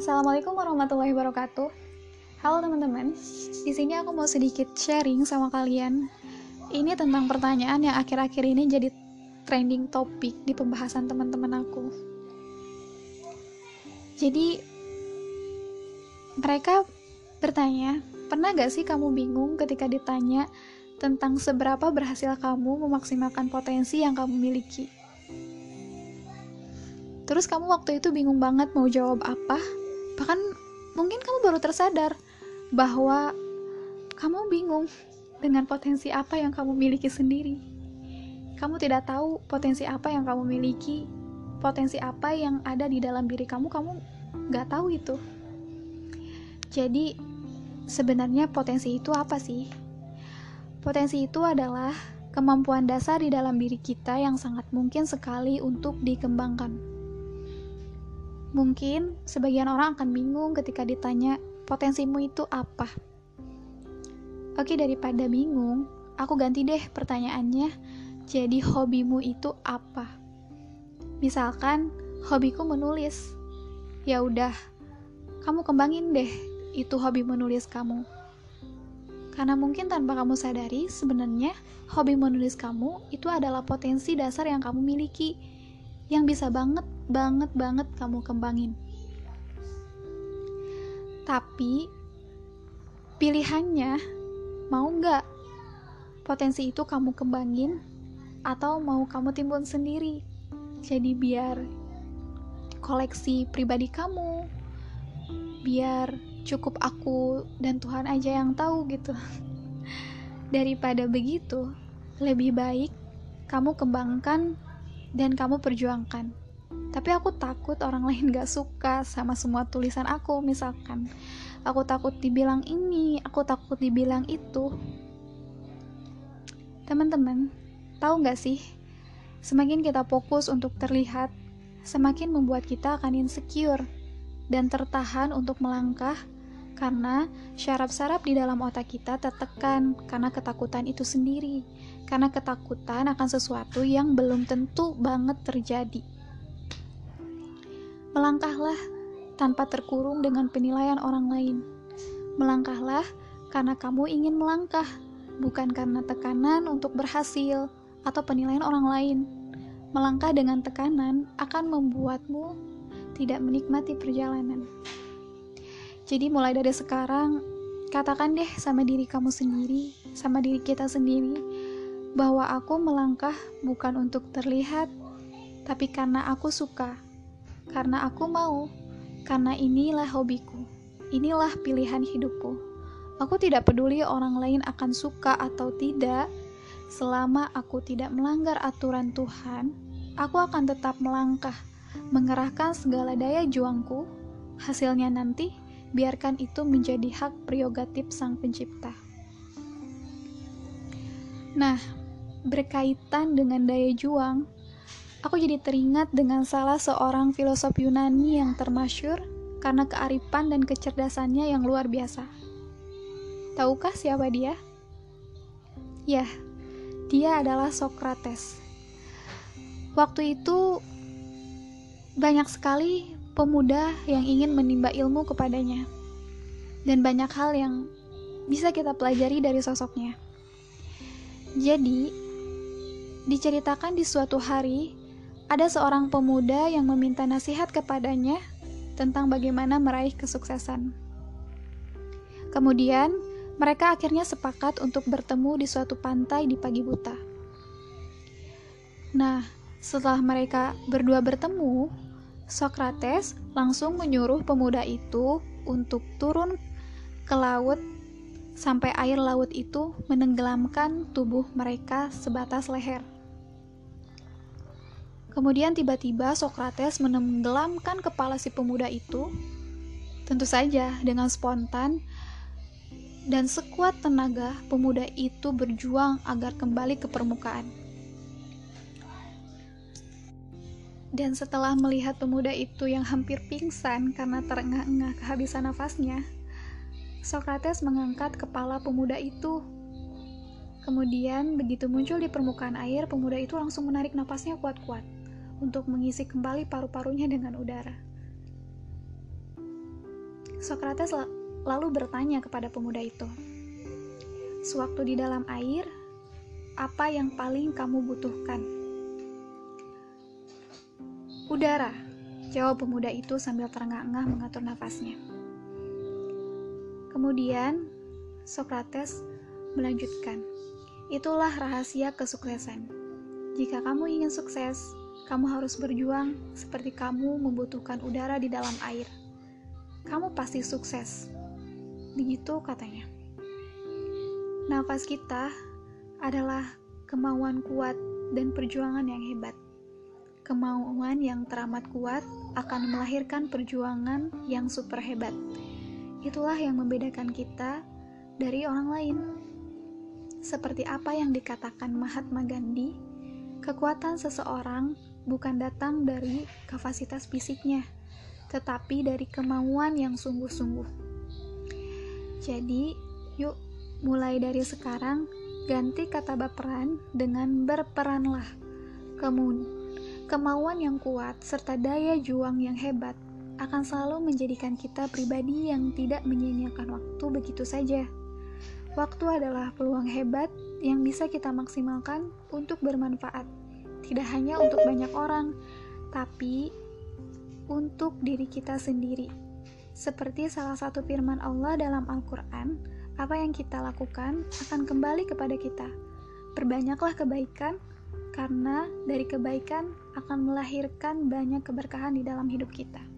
Assalamualaikum warahmatullahi wabarakatuh. Halo teman-teman, di sini aku mau sedikit sharing sama kalian. Ini tentang pertanyaan yang akhir-akhir ini jadi trending topik di pembahasan teman-teman aku. Jadi, mereka bertanya, pernah gak sih kamu bingung ketika ditanya tentang seberapa berhasil kamu memaksimalkan potensi yang kamu miliki? Terus kamu waktu itu bingung banget mau jawab apa? Bahkan mungkin kamu baru tersadar bahwa kamu bingung dengan potensi apa yang kamu miliki sendiri. Kamu tidak tahu potensi apa yang kamu miliki, potensi apa yang ada di dalam diri kamu nggak tahu itu. Jadi sebenarnya potensi itu apa sih? Potensi itu adalah kemampuan dasar di dalam diri kita yang sangat mungkin sekali untuk dikembangkan. Mungkin sebagian orang akan bingung ketika ditanya, potensimu itu apa? Oke, daripada bingung, aku ganti deh pertanyaannya, jadi hobimu itu apa? Misalkan, hobiku menulis. Ya udah, kamu kembangin deh itu hobi menulis kamu. Karena mungkin tanpa kamu sadari, sebenarnya hobi menulis kamu itu adalah potensi dasar yang kamu miliki, yang bisa banget kamu kembangin. Tapi pilihannya, mau nggak potensi itu kamu kembangin atau mau kamu timbun sendiri, jadi biar koleksi pribadi kamu, biar cukup aku dan Tuhan aja yang tahu gitu. Daripada begitu, lebih baik kamu kembangkan dan kamu perjuangkan. Tapi aku takut orang lain gak suka sama semua tulisan aku, misalkan. Aku takut dibilang ini, aku takut dibilang itu. Teman-teman, tahu gak sih? Semakin kita fokus untuk terlihat, semakin membuat kita akan insecure dan tertahan untuk melangkah karena syaraf-syaraf di dalam otak kita tertekan karena ketakutan itu sendiri. Karena ketakutan akan sesuatu yang belum tentu banget terjadi. Melangkahlah tanpa terkurung dengan penilaian orang lain. Melangkahlah karena kamu ingin melangkah, bukan karena tekanan untuk berhasil atau penilaian orang lain. Melangkah dengan tekanan akan membuatmu tidak menikmati perjalanan. Jadi mulai dari sekarang, katakan deh sama diri kamu sendiri, sama diri kita sendiri, bahwa aku melangkah bukan untuk terlihat, tapi karena aku suka, karena aku mau, karena inilah hobiku, inilah pilihan hidupku. Aku tidak peduli orang lain akan suka atau tidak, selama aku tidak melanggar aturan Tuhan, aku akan tetap melangkah, mengerahkan segala daya juangku. Hasilnya nanti, biarkan itu menjadi hak prerogatif Sang Pencipta. Nah, berkaitan dengan daya juang, aku jadi teringat dengan salah seorang filosof Yunani yang termasyhur karena kearifan dan kecerdasannya yang luar biasa. Tahukah siapa dia? Ya, dia adalah Socrates. Waktu itu banyak sekali pemuda yang ingin menimba ilmu kepadanya, dan banyak hal yang bisa kita pelajari dari sosoknya. Jadi, diceritakan di suatu hari, ada seorang pemuda yang meminta nasihat kepadanya tentang bagaimana meraih kesuksesan. Kemudian, mereka akhirnya sepakat untuk bertemu di suatu pantai di pagi buta. Nah, setelah mereka berdua bertemu, Socrates langsung menyuruh pemuda itu untuk turun ke laut sampai air laut itu menenggelamkan tubuh mereka sebatas leher. Kemudian tiba-tiba Socrates menenggelamkan kepala si pemuda itu, tentu saja dengan spontan, dan sekuat tenaga pemuda itu berjuang agar kembali ke permukaan. Dan setelah melihat pemuda itu yang hampir pingsan karena terengah-engah kehabisan nafasnya, Socrates mengangkat kepala pemuda itu. Kemudian begitu muncul di permukaan air, pemuda itu langsung menarik nafasnya kuat-kuat untuk mengisi kembali paru-parunya dengan udara. Sokrates lalu bertanya kepada pemuda itu, "Sewaktu di dalam air, apa yang paling kamu butuhkan?" "Udara," jawab pemuda itu sambil terengah-engah mengatur nafasnya. Kemudian Sokrates melanjutkan, "Itulah rahasia kesuksesan. Jika kamu ingin sukses, kamu harus berjuang seperti kamu membutuhkan udara di dalam air. Kamu pasti sukses." Begitu katanya. Nafas kita adalah kemauan kuat dan perjuangan yang hebat. Kemauan yang teramat kuat akan melahirkan perjuangan yang super hebat. Itulah yang membedakan kita dari orang lain. Seperti apa yang dikatakan Mahatma Gandhi, kekuatan seseorang bukan datang dari kapasitas fisiknya, tetapi dari kemauan yang sungguh-sungguh. Jadi, yuk mulai dari sekarang ganti kata baperan dengan berperanlah. Kemauan yang kuat serta daya juang yang hebat akan selalu menjadikan kita pribadi yang tidak menyia-nyiakan waktu begitu saja. Waktu adalah peluang hebat yang bisa kita maksimalkan untuk bermanfaat, tidak hanya untuk banyak orang, tapi untuk diri kita sendiri. Seperti salah satu firman Allah dalam Al-Quran, apa yang kita lakukan akan kembali kepada kita. Perbanyaklah kebaikan, karena dari kebaikan akan melahirkan banyak keberkahan di dalam hidup kita.